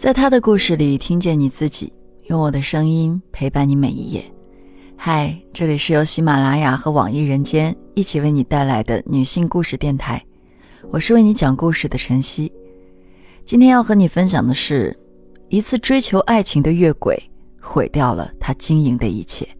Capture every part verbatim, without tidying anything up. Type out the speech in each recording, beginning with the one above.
在他的故事里听见你自己，用我的声音陪伴你每一页。嗨，这里是由喜马拉雅和网易人间一起为你带来的女性故事电台，我是为你讲故事的晨曦。今天要和你分享的是，一次追求爱情的越轨毁掉了他经营的一切。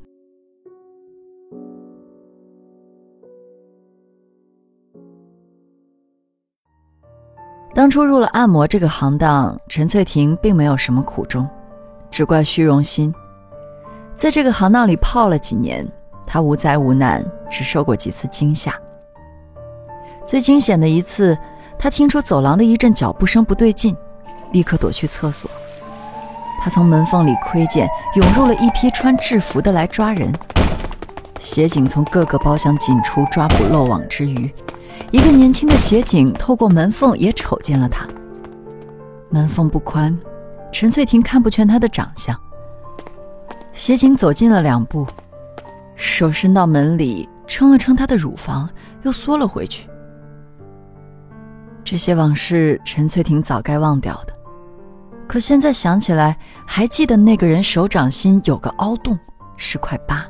当初入了按摩这个行当，陈翠婷并没有什么苦衷，只怪虚荣心。在这个行当里泡了几年，她无灾无难，只受过几次惊吓。最惊险的一次，她听出走廊的一阵脚步声不对劲，立刻躲去厕所。她从门缝里窥见涌入了一批穿制服的来抓人，协警从各个包厢进出抓捕漏网之鱼。一个年轻的协警透过门缝也瞅见了他。门缝不宽，陈翠婷看不全他的长相。协警走近了两步，手伸到门里撑了撑他的乳房，又缩了回去。这些往事陈翠婷早该忘掉的，可现在想起来，还记得那个人手掌心有个凹洞，是块疤。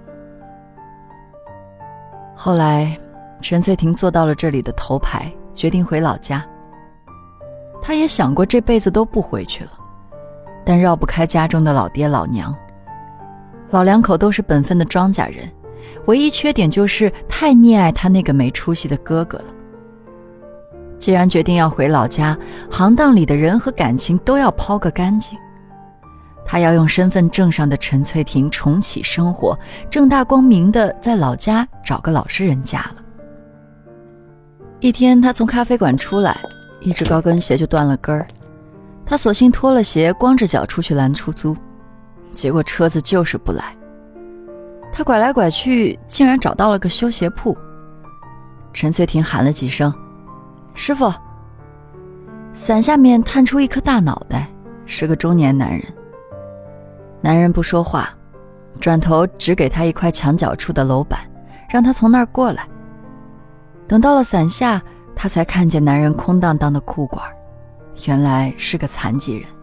后来陈翠婷坐到了这里的头牌，决定回老家。她也想过这辈子都不回去了，但绕不开家中的老爹老娘。老两口都是本分的庄稼人，唯一缺点就是太溺爱他那个没出息的哥哥了。既然决定要回老家，行当里的人和感情都要抛个干净。他要用身份证上的陈翠婷重启生活，正大光明的在老家找个老实人家了。一天，他从咖啡馆出来，一只高跟鞋就断了跟儿。他索性脱了鞋，光着脚出去拦出租，结果车子就是不来。他拐来拐去，竟然找到了个修鞋铺。陈翠婷喊了几声：“师傅！”伞下面探出一颗大脑袋，是个中年男人。男人不说话，转头只给他一块墙角处的楼板，让他从那儿过来。等到了伞下，他才看见男人空荡荡的裤管，原来是个残疾人。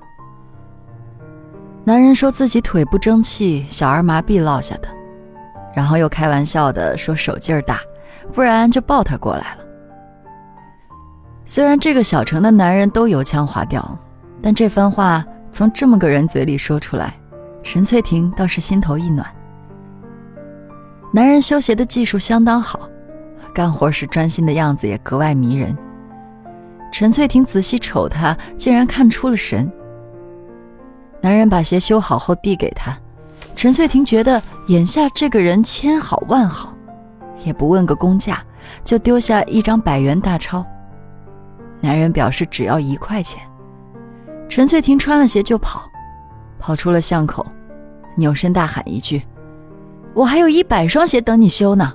男人说自己腿不争气，小儿麻痹落下的，然后又开玩笑的说手劲儿大，不然就抱他过来了。虽然这个小城的男人都油腔滑调，但这番话从这么个人嘴里说出来，陈翠婷倒是心头一暖。男人修鞋的技术相当好，干活时专心的样子也格外迷人。陈翠婷仔细瞅他，竟然看出了神。男人把鞋修好后递给他，陈翠婷觉得眼下这个人千好万好，也不问个工价，就丢下一张百元大钞。男人表示只要一块钱。陈翠婷穿了鞋就跑，跑出了巷口，扭身大喊一句：“我还有一百双鞋等你修呢！”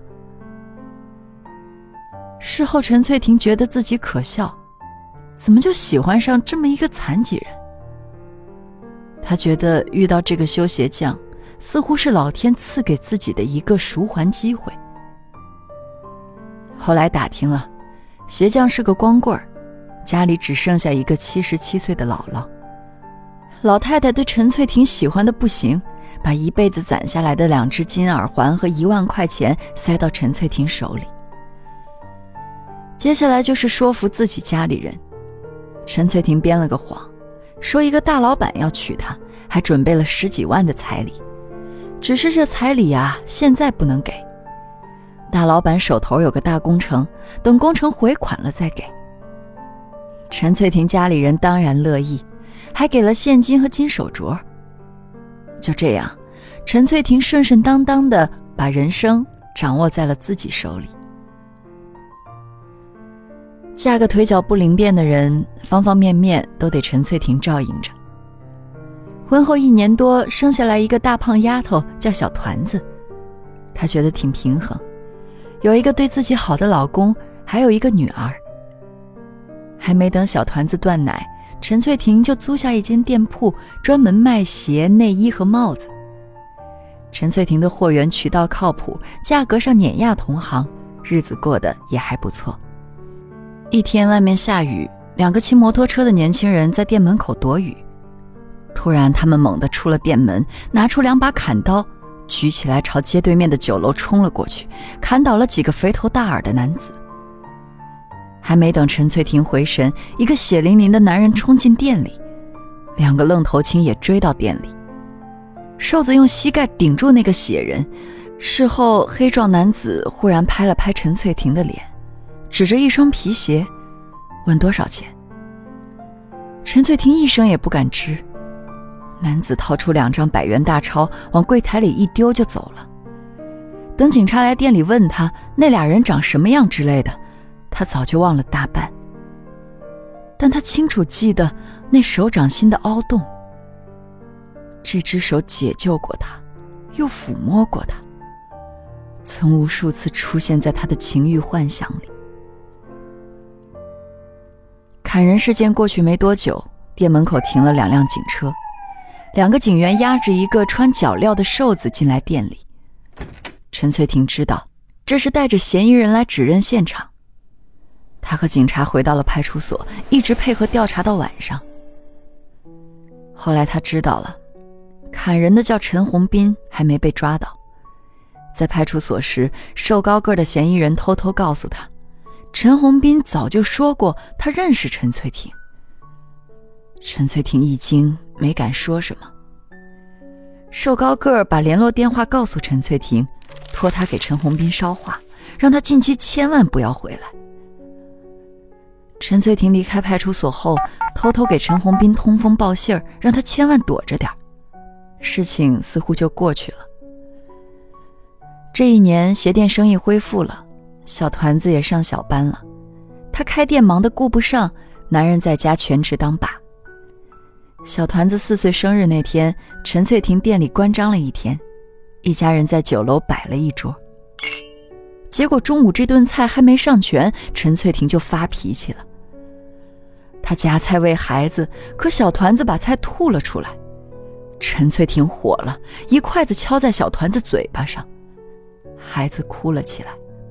事后陈翠婷觉得自己可笑，怎么就喜欢上这么一个残疾人？她觉得遇到这个修鞋匠，似乎是老天赐给自己的一个赎还机会。后来打听了，鞋匠是个光棍儿，家里只剩下一个七十七岁的姥姥。老太太对陈翠婷喜欢的不行，把一辈子攒下来的两只金耳环和一万块钱塞到陈翠婷手里。接下来就是说服自己家里人。陈翠婷编了个谎，说一个大老板要娶她，还准备了十几万的彩礼。只是这彩礼啊，现在不能给。大老板手头有个大工程，等工程回款了再给。陈翠婷家里人当然乐意，还给了现金和金手镯。就这样，陈翠婷顺顺当当的把人生掌握在了自己手里。嫁个腿脚不灵便的人，方方面面都得陈翠婷照应着。婚后一年多，生下来一个大胖丫头，叫小团子。她觉得挺平衡，有一个对自己好的老公，还有一个女儿。还没等小团子断奶，陈翠婷就租下一间店铺，专门卖鞋、内衣和帽子。陈翠婷的货源渠道靠谱，价格上碾压同行，日子过得也还不错。一天外面下雨，两个骑摩托车的年轻人在店门口躲雨， 突然他们猛地出了店门，拿出两把砍刀，举起来朝街对面的酒楼冲了过去，砍倒了几个肥头大耳的男子。还没等陈翠婷回神，一个血淋淋的男人冲进店里，两个愣头青也追到店里。瘦子用膝盖顶住那个血人，事后黑壮男子忽然拍了拍陈翠婷的脸，指着一双皮鞋问多少钱。陈翠婷一声也不敢吱，男子掏出两张百元大钞往柜台里一丢就走了。等警察来店里问他那俩人长什么样之类的，他早就忘了大半，但他清楚记得那手掌心的凹洞，这只手解救过他，又抚摸过他，曾无数次出现在他的情欲幻想里。砍人事件过去没多久，店门口停了两辆警车，两个警员押着一个穿脚镣的瘦子进来店里。陈翠婷知道这是带着嫌疑人来指认现场，他和警察回到了派出所，一直配合调查到晚上。后来他知道了，砍人的叫陈红斌，还没被抓到。在派出所时，瘦高个的嫌疑人偷偷告诉他，陈红斌早就说过他认识陈翠婷。陈翠婷一惊，没敢说什么。瘦高个把联络电话告诉陈翠婷，托他给陈红斌捎话，让他近期千万不要回来。陈翠婷离开派出所后，偷偷给陈红斌通风报信儿，让他千万躲着点。事情似乎就过去了。这一年鞋店生意恢复了，小团子也上小班了。他开店忙得顾不上，男人在家全职当把。小团子四岁生日那天，陈翠婷店里关张了一天，一家人在酒楼摆了一桌。结果中午这顿菜还没上全，陈翠婷就发脾气了。她夹菜喂孩子，可小团子把菜吐了出来。陈翠婷火了，一筷子敲在小团子嘴巴上，孩子哭了起来。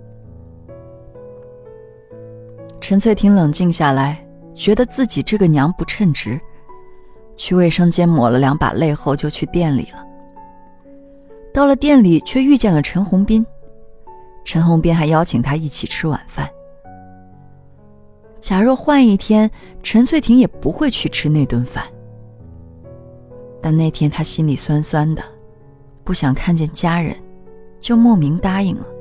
陈翠婷冷静下来，觉得自己这个娘不称职，去卫生间抹了两把泪后就去店里了。到了店里却遇见了陈红斌，陈红斌还邀请他一起吃晚饭。假若换一天，陈翠婷也不会去吃那顿饭，但那天她心里酸酸的，不想看见家人，就莫名答应了。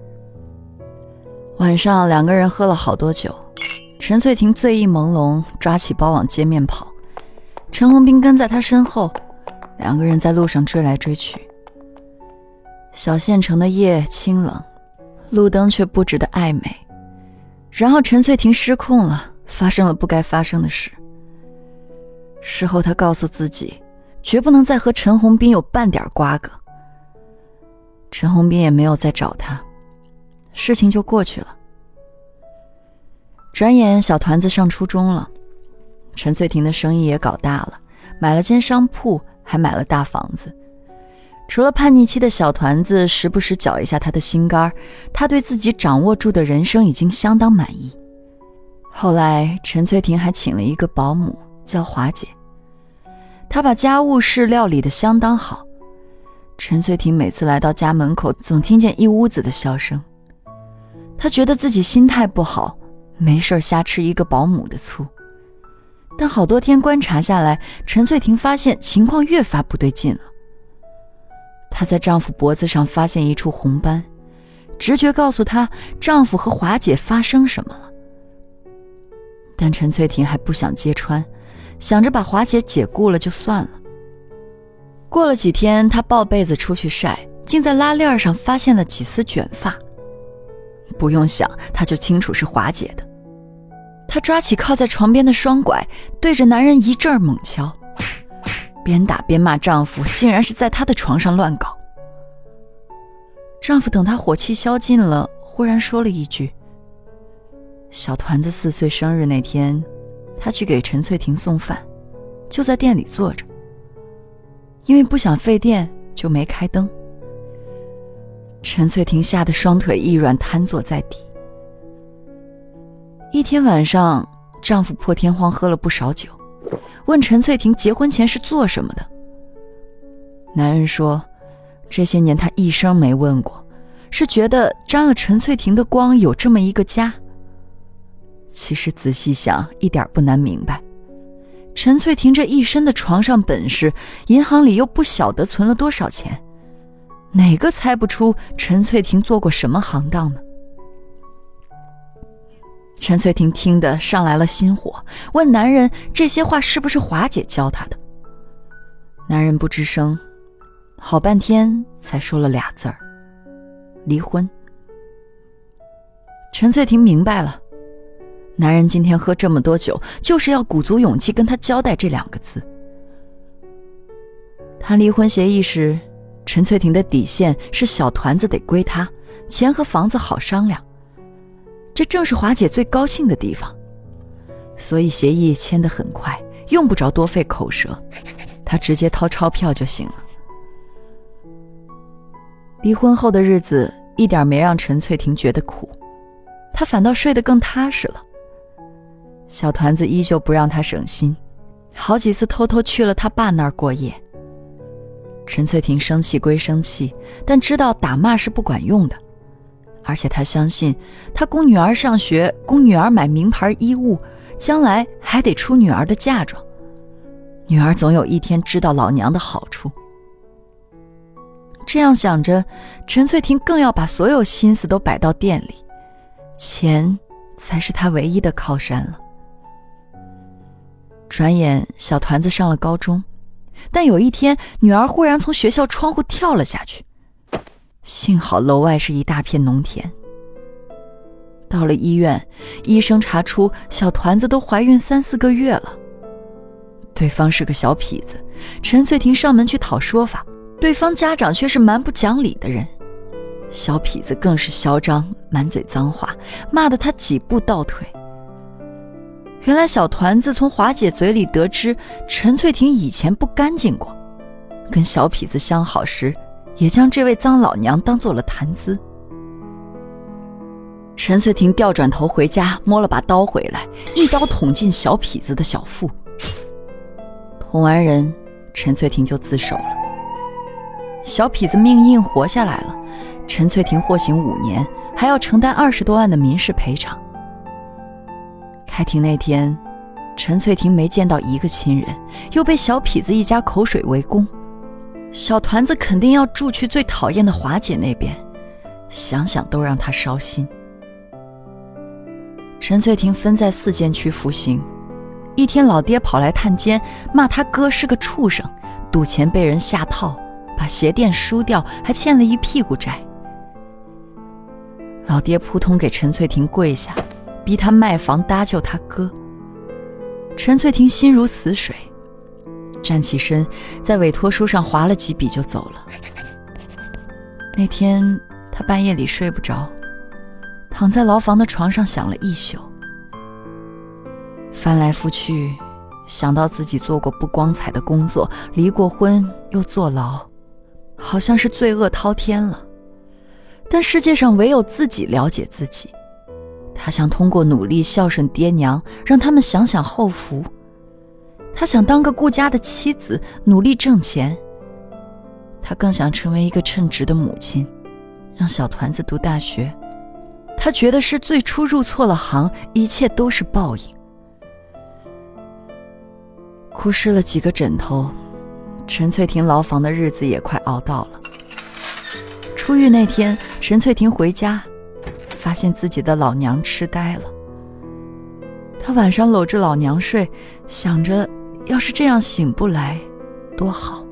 晚上两个人喝了好多酒，陈翠婷醉意朦胧，抓起包往街面跑，陈红斌跟在她身后，两个人在路上追来追去。小县城的夜清冷，路灯却布置得暧昧。然后陈翠婷失控了，发生了不该发生的事。事后她告诉自己，绝不能再和陈红斌有半点瓜葛。陈红斌也没有再找她，事情就过去了。转眼小团子上初中了，陈翠婷的生意也搞大了，买了间商铺，还买了大房子。除了叛逆期的小团子时不时搅一下他的心肝，他对自己掌握住的人生已经相当满意。后来陈翠婷还请了一个保姆叫华姐，她把家务事料理得相当好。陈翠婷每次来到家门口，总听见一屋子的笑声。她觉得自己心态不好，没事瞎吃一个保姆的醋。但好多天观察下来，陈翠婷发现情况越发不对劲了。她在丈夫脖子上发现一处红斑，直觉告诉她丈夫和华姐发生什么了。但陈翠婷还不想揭穿，想着把华姐解雇了就算了。过了几天，她抱被子出去晒，竟在拉链上发现了几丝卷发。不用想，她就清楚是华姐的。她抓起靠在床边的双拐，对着男人一阵猛敲，边打边骂丈夫竟然是在她的床上乱搞。丈夫等她火气消尽了，忽然说了一句：小团子四岁生日那天，他去给陈翠婷送饭，就在店里坐着，因为不想费电就没开灯。陈翠婷吓得双腿一软，瘫坐在地。一天晚上，丈夫破天荒喝了不少酒， 问陈翠婷结婚前是做什么的。男人说，这些年他一声没问过，是觉得沾了陈翠婷的光，有这么一个家。其实仔细想，一点不难明白，陈翠婷这一身的床上本事，银行里又不晓得存了多少钱，哪个猜不出陈翠婷做过什么行当呢？陈翠婷听得上来了心火，问男人这些话是不是华姐教她的。男人不吱声，好半天才说了俩字儿：离婚。陈翠婷明白了，男人今天喝这么多酒，就是要鼓足勇气跟他交代这两个字。谈离婚协议时，陈翠婷的底线是小团子得归他，钱和房子好商量。这正是华姐最高兴的地方，所以协议签得很快，用不着多费口舌，她直接掏钞票就行了。离婚后的日子一点没让陈翠婷觉得苦，她反倒睡得更踏实了。小团子依旧不让她省心，好几次偷偷去了她爸那儿过夜。陈翠婷生气归生气，但知道打骂是不管用的，而且她相信她供女儿上学，供女儿买名牌衣物，将来还得出女儿的嫁妆，女儿总有一天知道老娘的好处。这样想着，陈翠婷更要把所有心思都摆到店里，钱才是她唯一的靠山了。转眼小团子上了高中，但有一天女儿忽然从学校窗户跳了下去，幸好楼外是一大片农田。到了医院，医生查出小团子都怀孕三四个月了，对方是个小痞子。陈翠婷上门去讨说法，对方家长却是蛮不讲理的人，小痞子更是嚣张，满嘴脏话，骂得他几步倒退。原来小团子从华姐嘴里得知陈翠婷以前不干净过，跟小痞子相好时也将这位脏老娘当做了谈资。陈翠婷调转头回家，摸了把刀回来，一刀捅进小痞子的小腹。捅完人，陈翠婷就自首了。小痞子命硬活下来了，陈翠婷获刑五年，还要承担二十多万的民事赔偿。开庭那天，陈翠婷没见到一个亲人，又被小痞子一家口水围攻。小团子肯定要住去最讨厌的华姐那边，想想都让她烧心。陈翠婷分在四监区服刑，一天老爹跑来探监，骂他哥是个畜生，赌钱被人下套，把鞋店输掉，还欠了一屁股债。老爹扑通给陈翠婷跪下，逼他卖房搭救他哥。陈翠婷心如死水，站起身，在委托书上划了几笔就走了。那天她半夜里睡不着，躺在牢房的床上想了一宿，翻来覆去，想到自己做过不光彩的工作，离过婚又坐牢，好像是罪恶滔天了。但世界上唯有自己了解自己，他想通过努力孝顺爹娘，让他们享享后福。他想当个顾家的妻子，努力挣钱。他更想成为一个称职的母亲，让小团子读大学。他觉得是最初入错了行，一切都是报应。哭湿了几个枕头，陈翠婷牢房的日子也快熬到了。出狱那天，陈翠婷回家，发现自己的老娘痴呆了。她晚上搂着老娘睡，想着要是这样醒不来多好。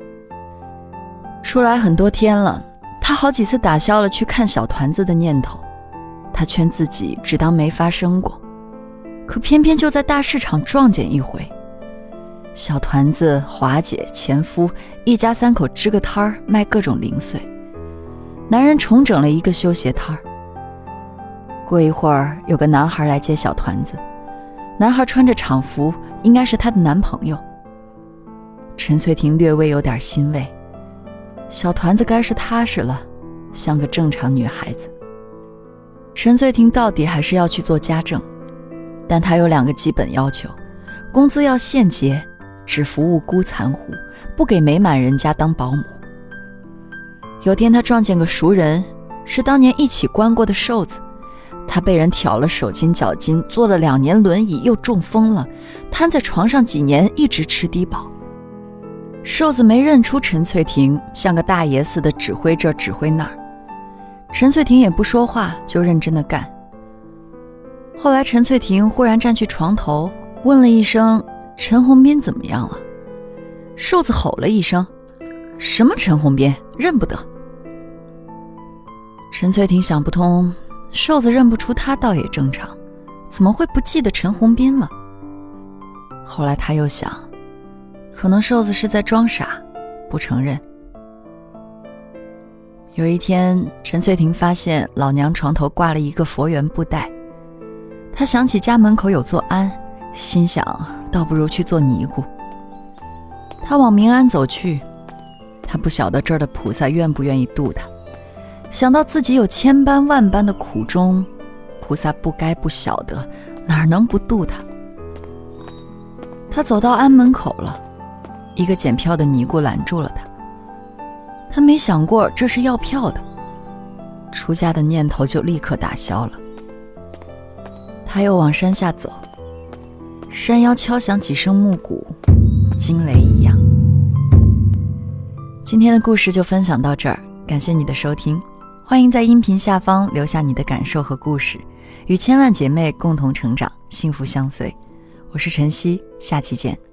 出来很多天了，她好几次打消了去看小团子的念头。她劝自己只当没发生过，可偏偏就在大市场撞见一回。小团子、华姐、前夫一家三口支个摊儿，卖各种零碎。男人重整了一个修鞋摊儿。过一会儿，有个男孩来接小团子，男孩穿着厂服，应该是她的男朋友。陈翠婷略微有点欣慰，小团子该是踏实了，像个正常女孩子。陈翠婷到底还是要去做家政，但她有两个基本要求： 工资要现结，只服务孤残户，不给美满人家当保姆。有天他撞见个熟人，是当年一起关过的瘦子，他被人挑了手筋脚筋，坐了两年轮椅，又中风了，瘫在床上几年，一直吃低保。瘦子没认出陈翠婷，像个大爷似的指挥这指挥那儿。陈翠婷也不说话，就认真的干。后来陈翠婷忽然站去床头，问了一声陈洪斌怎么样了。瘦子吼了一声，什么陈洪斌，认不得。陈翠婷想不通，瘦子认不出他倒也正常，怎么会不记得陈洪斌了？后来他又想，可能瘦子是在装傻，不承认。有一天，陈翠婷发现老娘床头挂了一个佛缘布袋，她想起家门口有座庵，心想倒不如去做尼姑。她往明庵走去，她不晓得这儿的菩萨愿不愿意度她，想到自己有千般万般的苦衷，菩萨不该不晓得，哪能不度她？她走到庵门口了，一个检票的尼姑拦住了她。他没想过这是要票的，出家的念头就立刻打消了。他又往山下走，山腰敲响几声木鼓，惊雷一样。今天的故事就分享到这儿，感谢你的收听，欢迎在音频下方留下你的感受和故事，与千万姐妹共同成长，幸福相随。我是晨曦，下期见。